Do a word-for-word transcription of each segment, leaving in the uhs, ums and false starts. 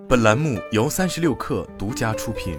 本栏目由三十六氪独家出品。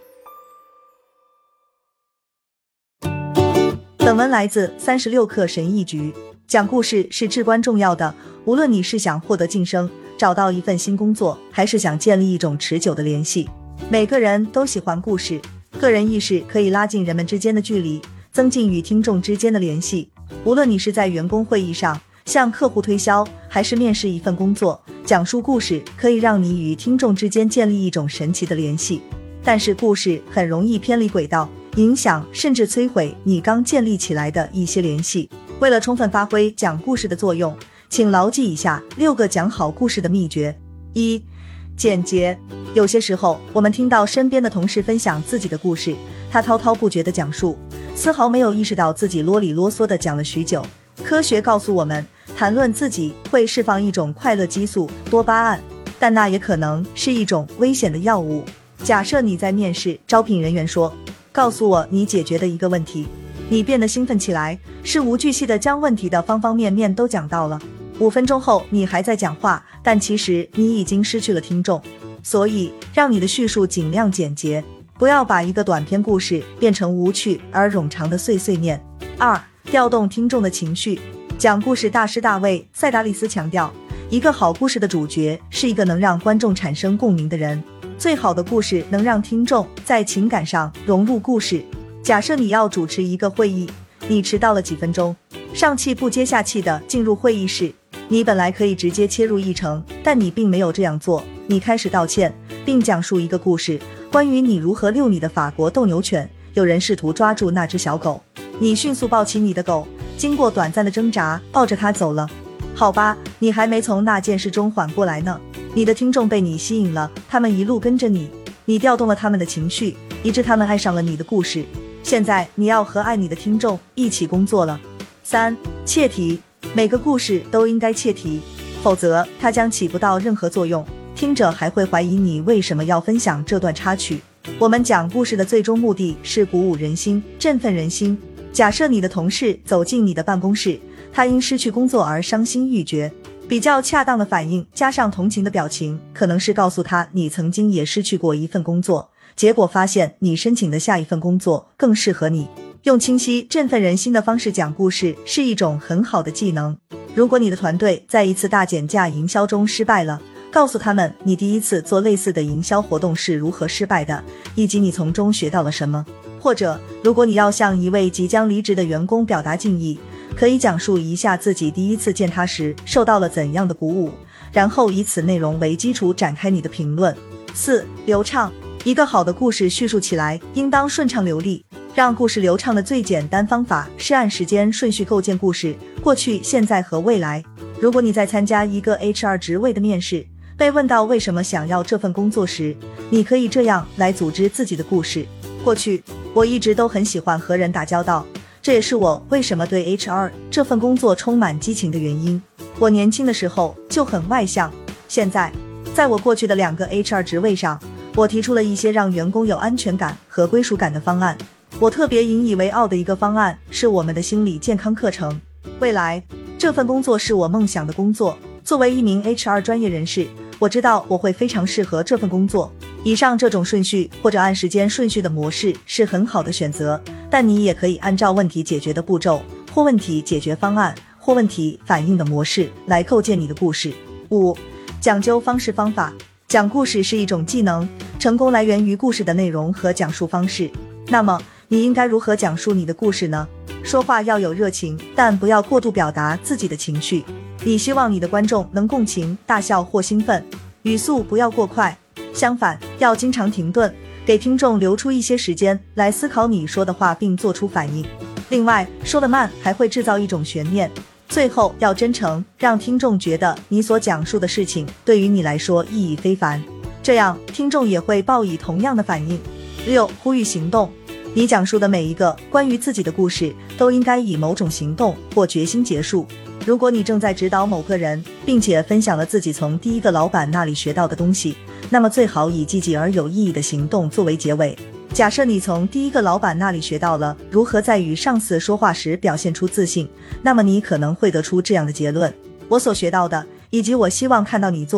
本文来自三十六氪神译局。讲故事是至关重要的，无论你是想获得晋升，找到一份新工作，还是想建立一种持久的联系，每个人都喜欢故事。个人意识可以拉近人们之间的距离，增进与听众之间的联系。无论你是在员工会议上向客户推销，还是面试一份工作，讲述故事可以让你与听众之间建立一种神奇的联系。但是故事很容易偏离轨道，影响甚至摧毁你刚建立起来的一些联系。为了充分发挥讲故事的作用，请牢记以下六个讲好故事的秘诀。一、简洁。有些时候我们听到身边的同事分享自己的故事，他滔滔不绝地讲述，丝毫没有意识到自己啰里啰嗦地讲了许久。科学告诉我们，谈论自己会释放一种快乐激素多巴胺，但那也可能是一种危险的药物。假设你在面试，招聘人员说，告诉我你解决的一个问题，你变得兴奋起来，事无巨细地将问题的方方面面都讲到了。五分钟后你还在讲话，但其实你已经失去了听众。所以让你的叙述尽量简洁，不要把一个短篇故事变成无趣而冗长的碎碎念。二、调动听众的情绪。讲故事大师大卫·塞达利斯强调，一个好故事的主角是一个能让观众产生共鸣的人。最好的故事能让听众在情感上融入故事。假设你要主持一个会议，你迟到了几分钟，上气不接下气地进入会议室，你本来可以直接切入议程，但你并没有这样做。你开始道歉，并讲述一个故事，关于你如何遛你的法国斗牛犬，有人试图抓住那只小狗，你迅速抱起你的狗，经过短暂的挣扎，抱着它走了。好吧，你还没从那件事中缓过来呢。你的听众被你吸引了，他们一路跟着你，你调动了他们的情绪，以致他们爱上了你的故事。现在你要和爱你的听众一起工作了。三、切题。每个故事都应该切题，否则它将起不到任何作用，听者还会怀疑你为什么要分享这段插曲。我们讲故事的最终目的是鼓舞人心，振奋人心。假设你的同事走进你的办公室，他因失去工作而伤心欲绝，比较恰当的反应加上同情的表情，可能是告诉他你曾经也失去过一份工作，结果发现你申请的下一份工作更适合你。用清晰振奋人心的方式讲故事是一种很好的技能。如果你的团队在一次大减价营销中失败了，告诉他们你第一次做类似的营销活动是如何失败的，以及你从中学到了什么。或者如果你要向一位即将离职的员工表达敬意，可以讲述一下自己第一次见他时受到了怎样的鼓舞，然后以此内容为基础展开你的评论。四、流畅。一个好的故事叙述起来应当顺畅流利。让故事流畅的最简单方法是按时间顺序构建故事，过去、现在和未来。如果你在参加一个 H R 职位的面试，被问到为什么想要这份工作时，你可以这样来组织自己的故事。过去，我一直都很喜欢和人打交道，这也是我为什么对 H R 这份工作充满激情的原因。我年轻的时候就很外向，现在，在我过去的两个 H R 职位上，我提出了一些让员工有安全感和归属感的方案。我特别引以为傲的一个方案是我们的心理健康课程。未来，这份工作是我梦想的工作。作为一名 H R 专业人士，我知道我会非常适合这份工作。以上这种顺序或者按时间顺序的模式是很好的选择，但你也可以按照问题解决的步骤，或问题解决方案，或问题反应的模式来构建你的故事。五、讲究方式方法。讲故事是一种技能，成功来源于故事的内容和讲述方式。那么你应该如何讲述你的故事呢？说话要有热情，但不要过度表达自己的情绪。你希望你的观众能共情、大笑或兴奋，语速不要过快，相反，要经常停顿，给听众留出一些时间来思考你说的话并做出反应。另外，说得慢还会制造一种悬念。最后要真诚，让听众觉得你所讲述的事情对于你来说意义非凡，这样听众也会报以同样的反应。六、呼吁行动。你讲述的每一个关于自己的故事都应该以某种行动或决心结束。如果你正在指导某个人，并且分享了自己从第一个老板那里学到的东西，那么最好以积极而有意义的行动作为结尾。假设你从第一个老板那里学到了如何在与上司说话时表现出自信，那么你可能会得出这样的结论：我所学到的，以及我希望看到你做的，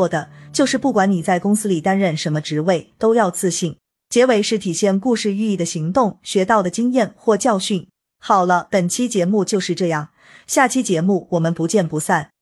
就是不管你在公司里担任什么职位，都要自信。结尾是体现故事寓意的行动，学到的经验或教训。好了，本期节目就是这样，下期节目我们不见不散。